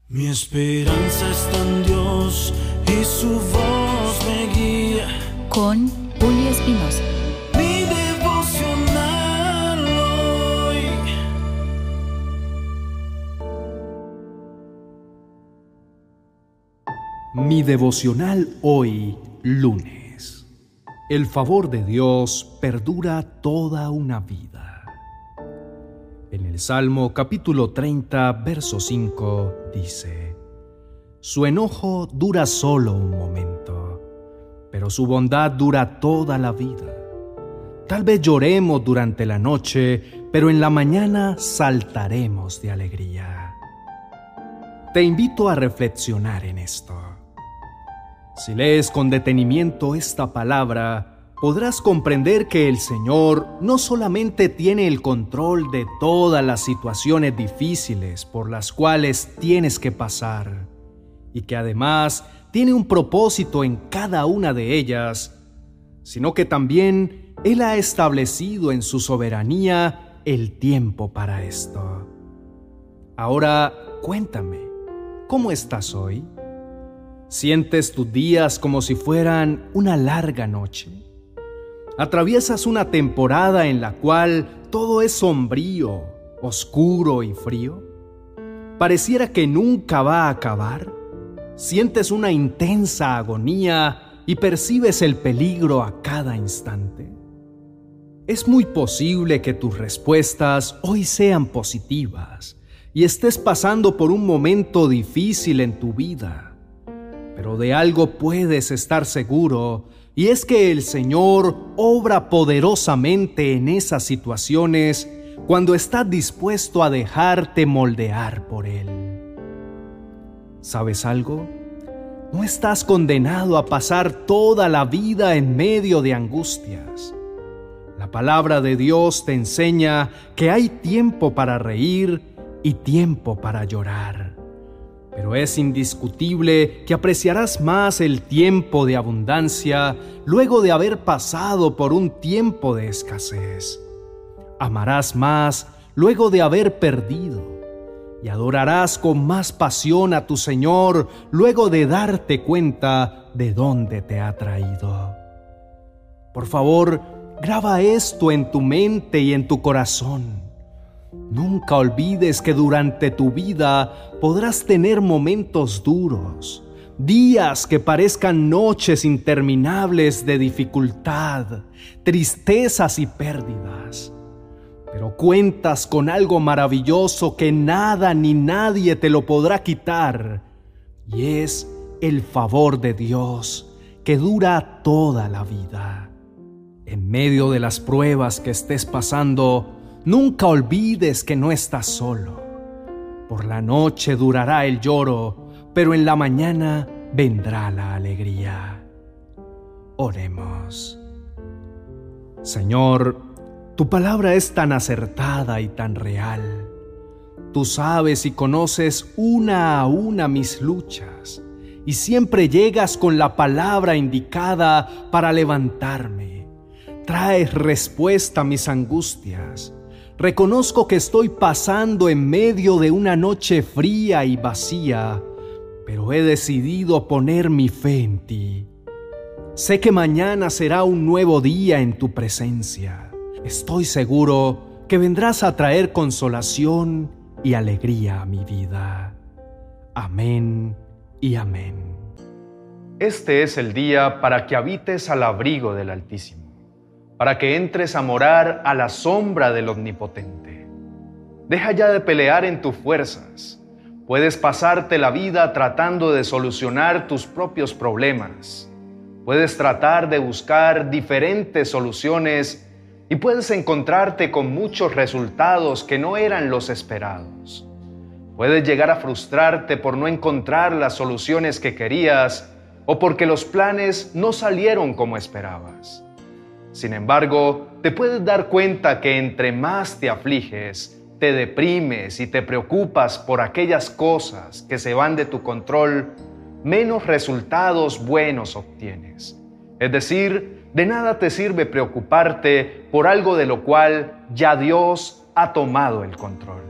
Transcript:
Mi esperanza está en Dios y su voz me guía. Con Julio Espinosa. Mi devocional hoy. Mi devocional hoy, lunes. El favor de Dios perdura toda una vida. En el Salmo capítulo 30, verso 5, dice: Su enojo dura solo un momento, pero su bondad dura toda la vida. Tal vez lloremos durante la noche, pero en la mañana saltaremos de alegría. Te invito a reflexionar en esto. Si lees con detenimiento esta palabra, podrás comprender que el Señor no solamente tiene el control de todas las situaciones difíciles por las cuales tienes que pasar, y que además tiene un propósito en cada una de ellas, sino que también Él ha establecido en su soberanía el tiempo para esto. Ahora, cuéntame, ¿cómo estás hoy? ¿Sientes tus días como si fueran una larga noche? ¿Atraviesas una temporada en la cual todo es sombrío, oscuro y frío? ¿Pareciera que nunca va a acabar? ¿Sientes una intensa agonía y percibes el peligro a cada instante? Es muy posible que tus respuestas hoy sean positivas y estés pasando por un momento difícil en tu vida. Pero de algo puedes estar seguro, y es que el Señor obra poderosamente en esas situaciones cuando estás dispuesto a dejarte moldear por Él. ¿Sabes algo? No estás condenado a pasar toda la vida en medio de angustias. La palabra de Dios te enseña que hay tiempo para reír y tiempo para llorar. Pero es indiscutible que apreciarás más el tiempo de abundancia luego de haber pasado por un tiempo de escasez. Amarás más luego de haber perdido y adorarás con más pasión a tu Señor luego de darte cuenta de dónde te ha traído. Por favor, graba esto en tu mente y en tu corazón. Nunca olvides que durante tu vida podrás tener momentos duros, días que parezcan noches interminables de dificultad, tristezas y pérdidas. Pero cuentas con algo maravilloso que nada ni nadie te lo podrá quitar, y es el favor de Dios que dura toda la vida. En medio de las pruebas que estés pasando, nunca olvides que no estás solo. Por la noche durará el lloro, pero en la mañana vendrá la alegría. Oremos. Señor, tu palabra es tan acertada y tan real. Tú sabes y conoces una a una mis luchas, y siempre llegas con la palabra indicada para levantarme. Traes respuesta a mis angustias. Reconozco que estoy pasando en medio de una noche fría y vacía, pero he decidido poner mi fe en ti. Sé que mañana será un nuevo día en tu presencia. Estoy seguro que vendrás a traer consolación y alegría a mi vida. Amén y amén. Este es el día para que habites al abrigo del Altísimo, para que entres a morar a la sombra del Omnipotente. Deja ya de pelear en tus fuerzas. Puedes pasarte la vida tratando de solucionar tus propios problemas. Puedes tratar de buscar diferentes soluciones y puedes encontrarte con muchos resultados que no eran los esperados. Puedes llegar a frustrarte por no encontrar las soluciones que querías o porque los planes no salieron como esperabas. Sin embargo, te puedes dar cuenta que entre más te afliges, te deprimes y te preocupas por aquellas cosas que se van de tu control, menos resultados buenos obtienes. Es decir, de nada te sirve preocuparte por algo de lo cual ya Dios ha tomado el control.